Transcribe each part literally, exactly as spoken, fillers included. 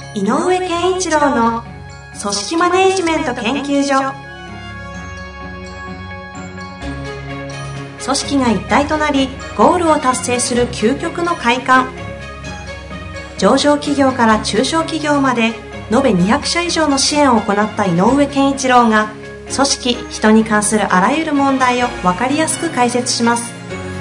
井上健一郎の組織マネジメント研究所。組織が一体となりゴールを達成する究極の快感。上場企業から中小企業まで延べにひゃくしゃ以上の支援を行った井上健一郎が、組織・人に関するあらゆる問題を分かりやすく解説します。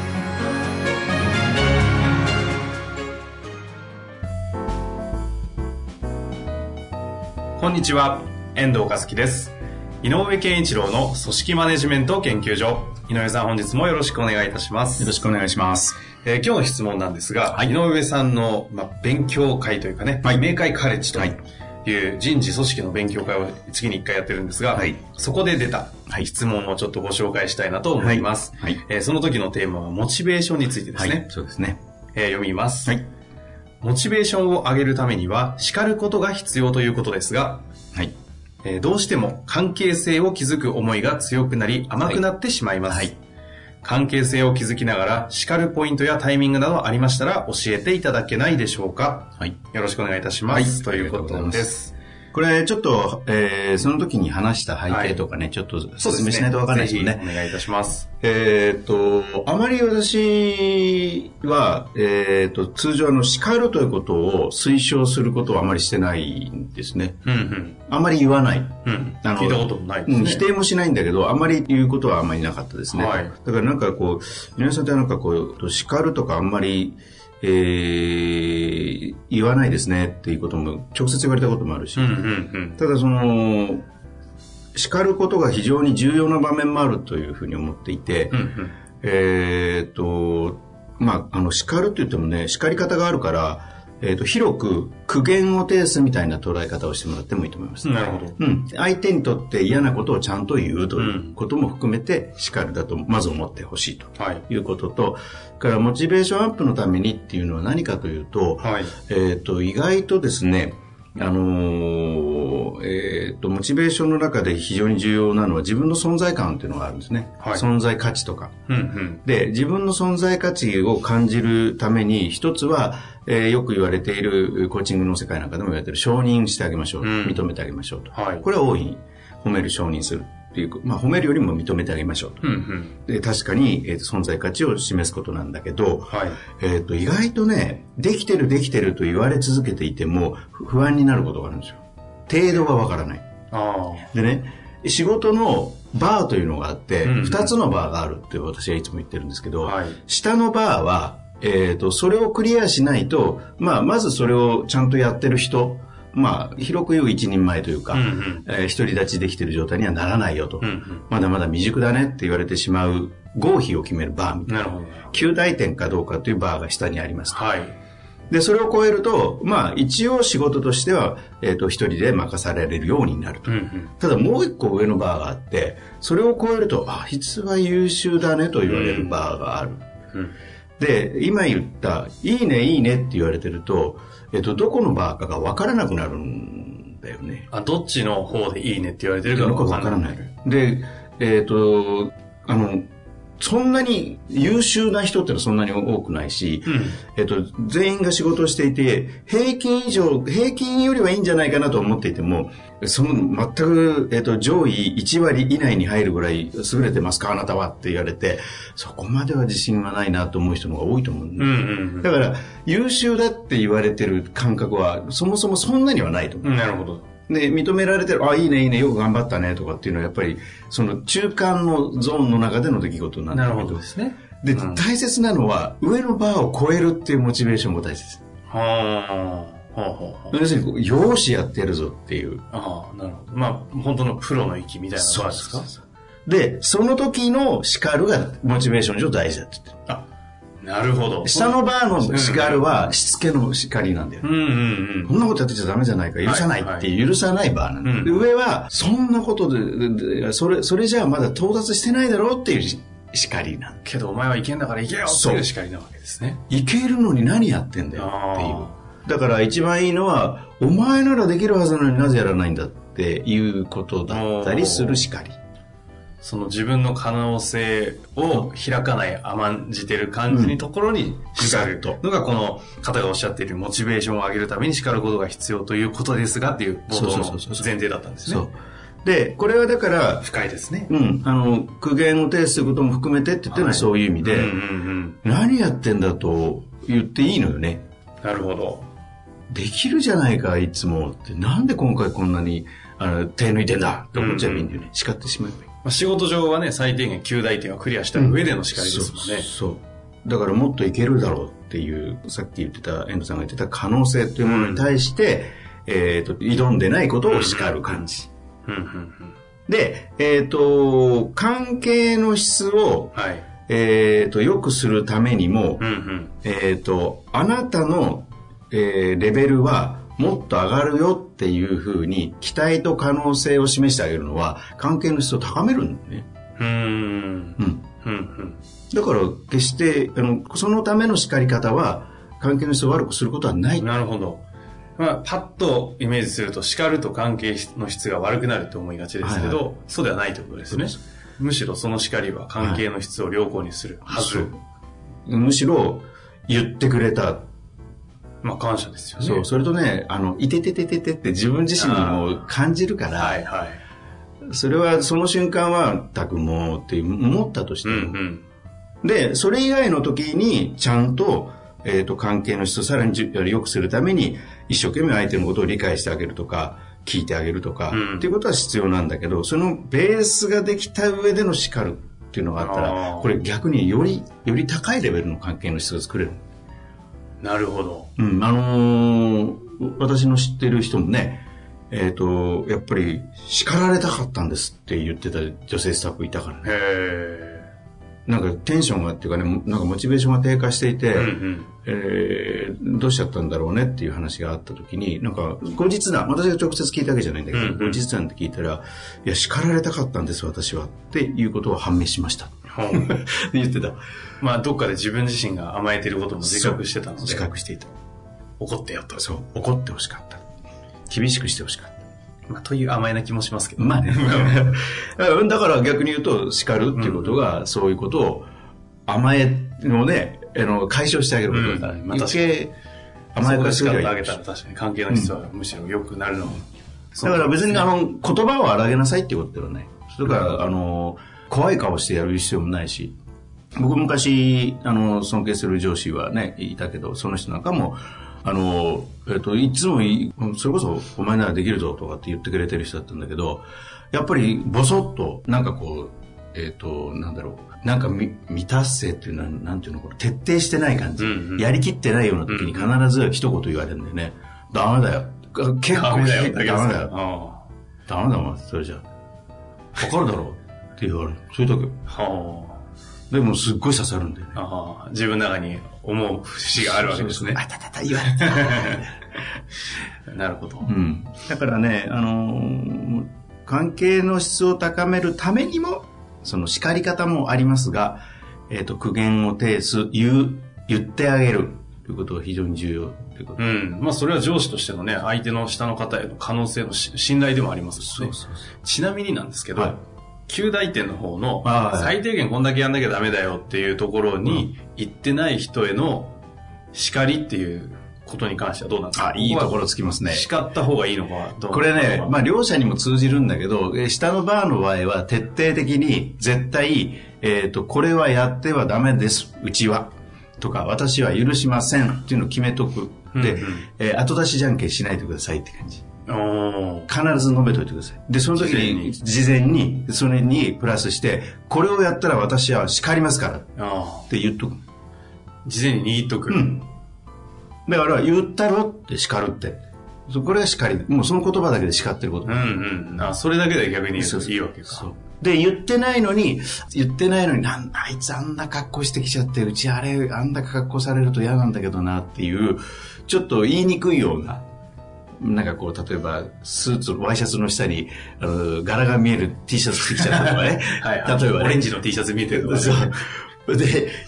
こんにちは、遠藤和樹です。井上健一郎の組織マネジメント研究所。井上さん、本日もよろしくお願いいたします。 よろしくお願いします。 えー、今日の質問なんですが、はい、井上さんの、まあ、勉強会というかね、はい、明快カレッジという人事組織の勉強会を月にいっかいやってるんですが、はい、そこで出た質問をちょっとご紹介したいなと思います。はいはい、えー、その時のテーマはモチベーションについてですね。はい、 そうですね。 えー、読みます。はい、モチベーションを上げるためには叱ることが必要ということですが、はい、えー、どうしても関係性を築く思いが強くなり甘くなってしまいます。はいはい、関係性を築きながら叱るポイントやタイミングなどありましたら教えていただけないでしょうか。はい、よろしくお願いいたします。はい、ということです。 これちょっと、えー、その時に話した背景とかね、はい、ちょっと説明しないと分からないですよね。 お願いいたします。 えー、っと、あまり私は、えー、っと、通常の叱るということを推奨することはあまりしてないんですね。うんうん、あまり言わない。 うん、あの聞いたこともないですね、 うん。否定もしないんだけど、あまり言うことはあまりなかったですね。はい、だからなんかこう、皆さんってなんかこう、叱るとかあんまり、えー、言わないですねっていうことも直接言われたこともあるし、うんうんうん、ただその叱ることが非常に重要な場面もあるというふうに思っていて、うんうん、えー、っとまああの叱るって言ってもね、叱り方があるから、えー、と広く苦言を呈すみたいな捉え方をしてもらってもいいと思います。 なるほど。 うん、相手にとって嫌なことをちゃんと言うということも含めて叱るだとまず思ってほしいということと、はい、からモチベーションアップのためにっていうのは何かというと、はい、えー、と意外とですね、あのーえー、とモチベーションの中で非常に重要なのは自分の存在感っていうのがあるんですね。はい、存在価値とか、うんうん、で自分の存在価値を感じるために一つは、えー、よく言われているコーチングの世界なんかでも言われている承認してあげましょう、うん、認めてあげましょうと、はい、これは大いに褒める承認するっていう、まあ、褒めるよりも認めてあげましょうと、うんうん、で確かに、えー、存在価値を示すことなんだけど、はい、えー、と意外とね、できてるできてると言われ続けていても不安になることがあるんですよ。程度がわからない。あでね、仕事のバーというのがあって、うんうん、ふたつのバーがあるって私はいつも言ってるんですけど、はい、下のバーは、えー、とそれをクリアしないと、まあ、まずそれをちゃんとやってる人、まあ、広く言う一人前というか、うんうん、えー、独り立ちできてる状態にはならないよと、うんうん、まだまだ未熟だねって言われてしまう合否を決めるバーみたいな、なるほど、及第点かどうかというバーが下にあります。はい、でそれを超えると、まあ、一応仕事としては、えー、と一人で任されるようになると、うんうん、ただもう一個上のバーがあって、それを超えると、あ、実は優秀だねと言われるバーがある、うんうん、で今言ったいいねいいねって言われてると、えっと、どこのバーかが分からなくなるんだよね。 あ、どっちの方でいいねって言われてるか分からない。 で、えっと、あの、そんなに優秀な人ってのはそんなに多くないし、うん、えっと、全員が仕事をしていて、平均以上、平均よりはいいんじゃないかなと思っていても、その全く、えっと、上位いちわり以内に入るぐらい優れてますかあなたはって言われて、そこまでは自信はないなと思う人の方が多いと思うんだ、うんうんうん、だから優秀だって言われてる感覚はそもそもそんなにはないと思う、 うん、なるほど。 で認められてる、あ、いいねいいねよく頑張ったねとかっていうのはやっぱりその中間のゾーンの中での出来事なんだけど、 なるほどですね。 で、うん、大切なのは上のバーを超えるっていうモチベーションも大切。はあ、はあはあ、要するによーしやってやるぞっていう。 ああ、なるほど。まあ本当のプロの域みたいなのがですか。 そうそうそう。でその時の叱るがモチベーション上大事だって言ってる。あ、 なるほど。 下のバーの叱るはしつけの叱りなんだよ、うんうんうん、こんなことやってちゃダメじゃないか、許さないっていう許さないバーなんだ、はいはい、上はそんなことで、でそれそれじゃあまだ到達してないだろうっていう叱りなんだけど、お前はいけんだからいけよっていう叱りなわけですね。 いけるのに何やってんだよっていう。だから一番いいのは、お前ならできるはずなのになぜやらないんだっていうことだったりする叱り。 その自分の可能性を開かない甘んじてる感じのところに叱るとのが、この方がおっしゃっているモチベーションを上げるために叱ることが必要ということですがっていう冒頭の前提だったんですね。そうで、これはだから、 深いですね。 うん。あの、苦言を呈することも含めてって言ってるのはそういう意味で、はい、うんうんうん、何やってんだと言っていいのよね。 なるほど。 できるじゃないか、いつもって。なんで今回こんなに、あの、手抜いてんだって思っちゃえばいいんだよね。うんうん、叱ってしまえばいい。まあ、仕事上はね、最低限きゅう大点をクリアした上での叱りですもんね。うん、 そう。そうだからもっといけるだろうっていう、さっき言ってた、遠藤さんが言ってた可能性というものに対して、うん、えっと、挑んでないことを叱る感じ。うんうんうんうん、で、えっと、関係の質を、はい、えっと、良くするためにも、うんうん、えっと、あなたの、えー、レベルはもっと上がるよっていうふうに期待と可能性を示してあげるのは関係の質を高めるんだよね。うーん。うん。うんうん。だから決してあのそのための叱り方は関係の質を悪くすることはない。 なるほど。まあ、パッとイメージすると叱ると関係の質が悪くなると思いがちですけど、はいはい、そうではないということですね。むしろその叱りは関係の質を良好にするはず。はい、 むしろ言ってくれた。 まあ感謝ですよね。 そう、それとね、あの、いてててててって自分自身にも感じるから、はいはい。それはその瞬間は、たくもうって思ったとしても、うんうん、で、それ以外の時にちゃんと、えっと、関係の質をさらに良くするために、一生懸命相手のことを理解してあげるとか、聞いてあげるとか、うん、っていうことは必要なんだけど、そのベースができた上での叱るっていうのがあったら、これ逆により、より高いレベルの関係の質が作れる。 なるほど。 うん、あのー、私の知ってる人もね、えっと、やっぱり叱られたかったんですって言ってた女性スタッフいたからね。へー。なんかテンションがっていうかね、なんかモチベーションが低下していて、うんうん、えー、どうしちゃったんだろうねっていう話があった時に、なんか後日談、私が直接聞いたわけじゃないんだけど、うんうん、後日談って聞いたら、いや、叱られたかったんです私はっていうことを判明しました。言ってた。 まあどっかで自分自身が甘えていることも自覚してたので。 自覚していた。 怒ってよと。 そう。怒ってほしかった。厳しくしてほしかった。 まあという甘えな気もしますけど。 まあね。だから逆に言うと叱るっていうことが、うん、そういうことを甘えのね、あの解消してあげることだから、ね。うん、まあ、余計甘やかしからあげたら確かに関係の質はむしろ良くなるの、うん、 だから別にあの言葉を荒げなさいっていうことではない。それから、あの、怖い顔してやる必要もないし、僕昔あの尊敬する上司はねいたけど、その人なんかもあの、えっと、いつもそれこそお前ならできるぞとかって言ってくれてる人だったんだけど、やっぱりボソッとなんかこうえっとなんだろう、なんか未達成っていうのはなんていうの、これ徹底してない感じ、うんうん、やりきってないような時に必ず一言言われるんだよね。うん、ダメだよ。結構ダメだよ。ダメだよ。ダメだよ。それじゃわかるだろうって言われる。そういう時。はあ。でもすっごい刺さるんだよね。 ああ、自分の中に思う節があるわけですね。 あたたた言われた。なるほど。 うん。だからね、あのー、関係の質を高めるためにも、その叱り方もありますが、えっと、苦言を呈す、言う、言ってあげるということが非常に重要ということ。 うん。まあそれは上司としてのね、相手の下の方への可能性の信頼でもありますしね。そうそうそう。ちなみになんですけど、はい、きゅう大点の方の最低限こんだけやんなきゃダメだよっていうところに行ってない人への叱りっていうことに関してはどうなんですか？ あ、いいところつきますね。 叱った方がいいのかどうこれね、まあ両者にも通じるんだけど、下のバーの場合は徹底的に絶対、えっと、これはやってはダメです、うちは。とか、私は許しませんっていうのを決めとく。で、うんうん、えー、後出しじゃんけんしないでくださいって感じ。必ず述べといてください。で、その時に事前にそれにプラスしてこれをやったら私は叱りますからって言っとく。 事前に言っとく。うん。 だから言ったろって叱るって。これは叱り。もうその言葉だけで叱ってること。 うんうん。あ、それだけで逆に言うといいわけか。そう。 で、言ってないのに、言ってないのに、なんあいつあんな格好してきちゃって、うちあれ、あんな格好されると嫌なんだけどなっていう、ちょっと言いにくいような。なんかこう、例えば、スーツ、ワイシャツの下に、あの、柄が見える T シャツ着てきちゃったとかね。 はい、はい。例えば、ね、オレンジの T シャツ見えてるとか、ね。 そう。で、いや、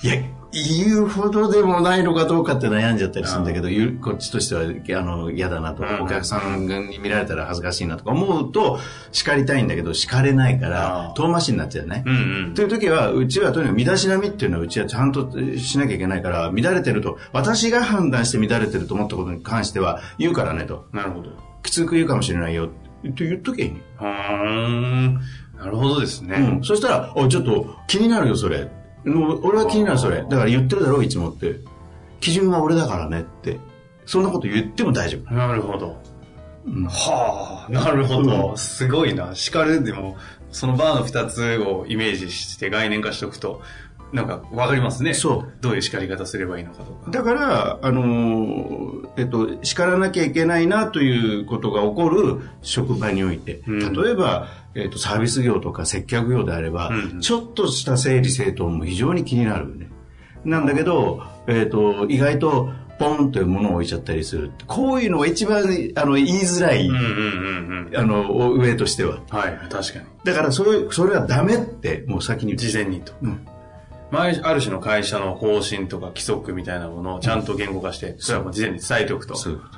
言うほどでもないのかどうかって悩んじゃったりするんだけど、こっちとしてはあの嫌だなとか、お客さんに見られたら恥ずかしいなとか思うと叱りたいんだけど叱れないから遠回しになっちゃうね、うんうん、という時はうちはとにかく身だしなみっていうのはうちはちゃんとしなきゃいけないから、乱れてると私が判断して乱れてると思ったことに関しては言うからねと。 なるほど。 きつく言うかもしれないよって言っとけいいね。 うーん、なるほどですね、 うん、そしたらおちょっと気になるよそれ、俺は気になるそれだから言ってるだろういつもって、基準は俺だからねって、そんなこと言っても大丈夫。 なるほど、うん、はあ、なるほど、うん、すごいな。叱るでもそのバーのふたつをイメージして概念化しておくとなんか分かりますね。そう。どういう叱り方すればいいのかとか。 だから、あのー、えっと、叱らなきゃいけないなということが起こる職場において、うん、例えば、えっと、サービス業とか接客業であれば、うん、ちょっとした整理整頓も非常に気になるよね。なんだけど、えっと、意外と、ポンというものを置いちゃったりする。こういうのが一番あの言いづらい、うんうんうんうん、あの上としては。 はい、確かに。 だからそれ、それはダメってもう先に言って。 事前にと。うん前ある種の会社の方針とか規則みたいなものをちゃんと言語化して、それはもう事前に伝えておくと。そういうこと。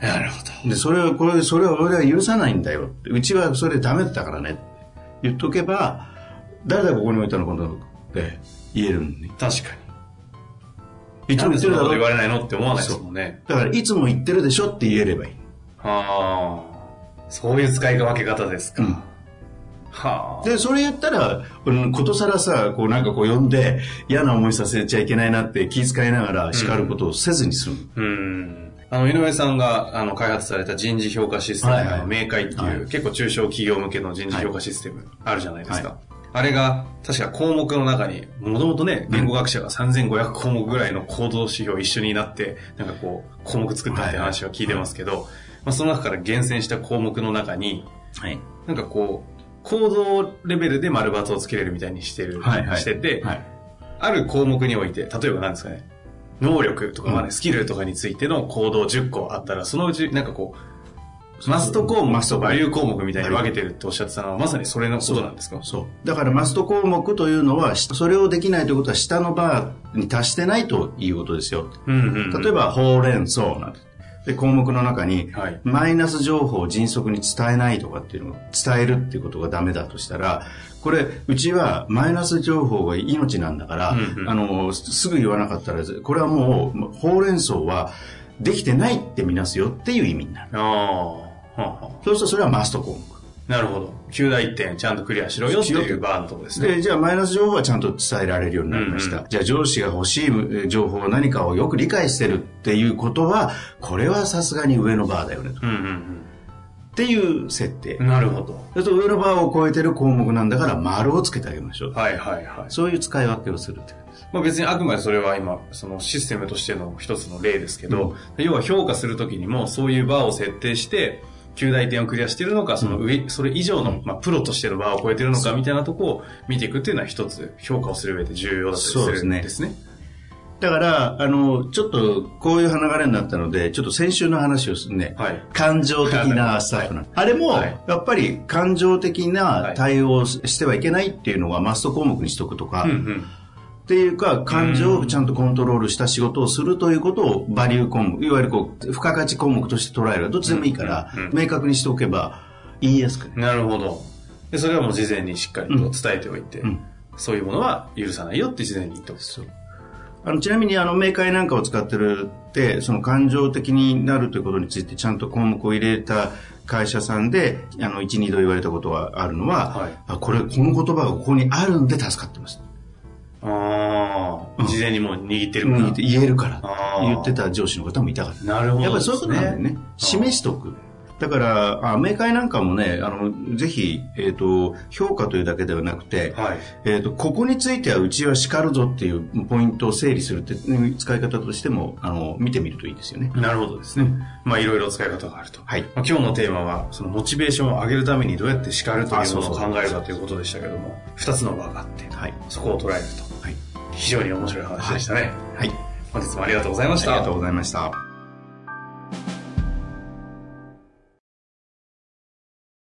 なるほど。 で、それを、これ、それは俺は許さないんだよ。うちはそれダメだからね。言っとけば、誰だここに置いたのかって言えるんで、ね。 確かに。いつも言ってるだろう言われないのって思わないですもんね。 だから、いつも言ってるでしょって言えればいい。 ああ。そういう使い分け方ですか。うんはあ、でそれ言ったらことさらさこうなんかこう呼んで嫌な思いさせちゃいけないなって気遣いながら叱ることをせずに済む、 うん、うんあの井上さんがあの開発された人事評価システム、はいはい、明快っていう、はい、結構中小企業向けの人事評価システムあるじゃないですか、はい、あれが確か項目の中にもともとね言語学者がさんぜんごひゃくこうもくぐらいの行動指標一緒になってなんかこう項目作ったって話は聞いてますけど、はいはいまあ、その中から厳選した項目の中に、はい、なんかこう行動レベルで丸×をつけれるみたいにしてる、はいはい、してて、はい、ある項目において、例えば何ですかね、能力とか、まあね、スキルとかについての行動じゅっこあったら、そのうちなんかこう、マスト項目とバリュー項目みたいに分けてるっておっしゃってたのは、まさにそれのことなんですか？ そう。そうだからマスト項目というのは、それをできないということは、下のバーに達してないということですよ。うんうんうん、例えば、ほうれん草なんて。で項目の中に、はい、マイナス情報を迅速に伝えないとかっていうのを伝えるっていうことがダメだとしたら、これうちはマイナス情報が命なんだから、うんうん、あのすぐ言わなかったらこれはもうほうれん草はできてないって見なすよっていう意味になる。あ、ははそうするとそれはマスト項目。 なるほど。きゅう大点ちゃんとクリアしろよっていうバーのところですね。 で、じゃあマイナス情報はちゃんと伝えられるようになりました。うんうん、じゃあ上司が欲しい情報何かをよく理解してるっていうことは、これはさすがに上のバーだよねと。うんうんうん、っていう設定。 なるほど。 それと上のバーを超えてる項目なんだから丸をつけてあげましょう。 はいはいはい。 そういう使い分けをするって感じです。 まあ別にあくまでそれは今、そのシステムとしての一つの例ですけど、うん、要は評価するときにもそういうバーを設定して、きゅう大点をクリアしているのか、その上、うん、それ以上の、まあ、プロとしてのバーを超えているのかみたいなところを見ていくっていうのは一つ評価をする上で重要だったりするんですね。 だから、あの、ちょっとこういう流れになったので、ちょっと先週の話をするね、はい、感情的なスタッフな、はい、あれも、やっぱり感情的な対応をしてはいけないっていうのはマスト項目にしとくとか、うんうんっていうか感情をちゃんとコントロールした仕事をするということをバリュー項目いわゆるこう付加価値項目として捉えるどっちでもいいから、うんうんうん、明確にしておけば言いやすく、ね、 なるほど。でそれはもう事前にしっかりと伝えておいて、うん、そういうものは許さないよって事前に言っておく。そうあのちなみにあの明快なんかを使ってるってその感情的になるということについてちゃんと項目を入れた会社さんであのいち、にど言われたことがあるのは、はい、あこれこの言葉がここにあるんで助かってます。 ああ、事前にもう握ってるから、 握って言えるから言ってた上司の方もいたから。 なるほど、ね。 やっぱりそういうことなんだよね。示しとく。だから、あ明快なんかもね、あの、ぜひ、えっと、評価というだけではなくて、はい、えっと、ここについてはうちは叱るぞっていうポイントを整理するっていう使い方としても、あの、見てみるといいですよね。 なるほどですね。まあ、いろいろ使い方があると。はい。まあ、今日のテーマは、そのモチベーションを上げるためにどうやって叱るというものを考えるかということでしたけども、二つの場があって、はい、そこを捉えると。はい。非常に面白い話でしたね。はい。はい、本日もありがとうございました。 ありがとうございました。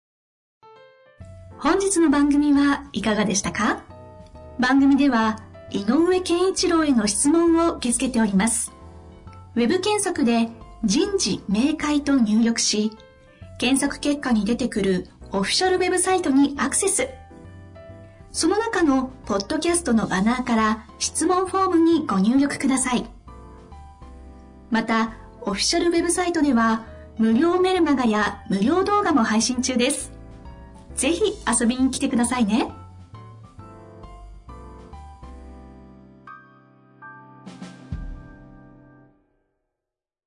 本日の番組はいかがでしたか？番組では井上健一郎への質問を受け付けております。ウェブ検索で人事明快と入力し、検索結果に出てくるオフィシャルウェブサイトにアクセス。その中のポッドキャストのバナーから質問フォームにご入力ください。また、オフィシャルウェブサイトでは無料メルマガや無料動画も配信中です。ぜひ遊びに来てくださいね。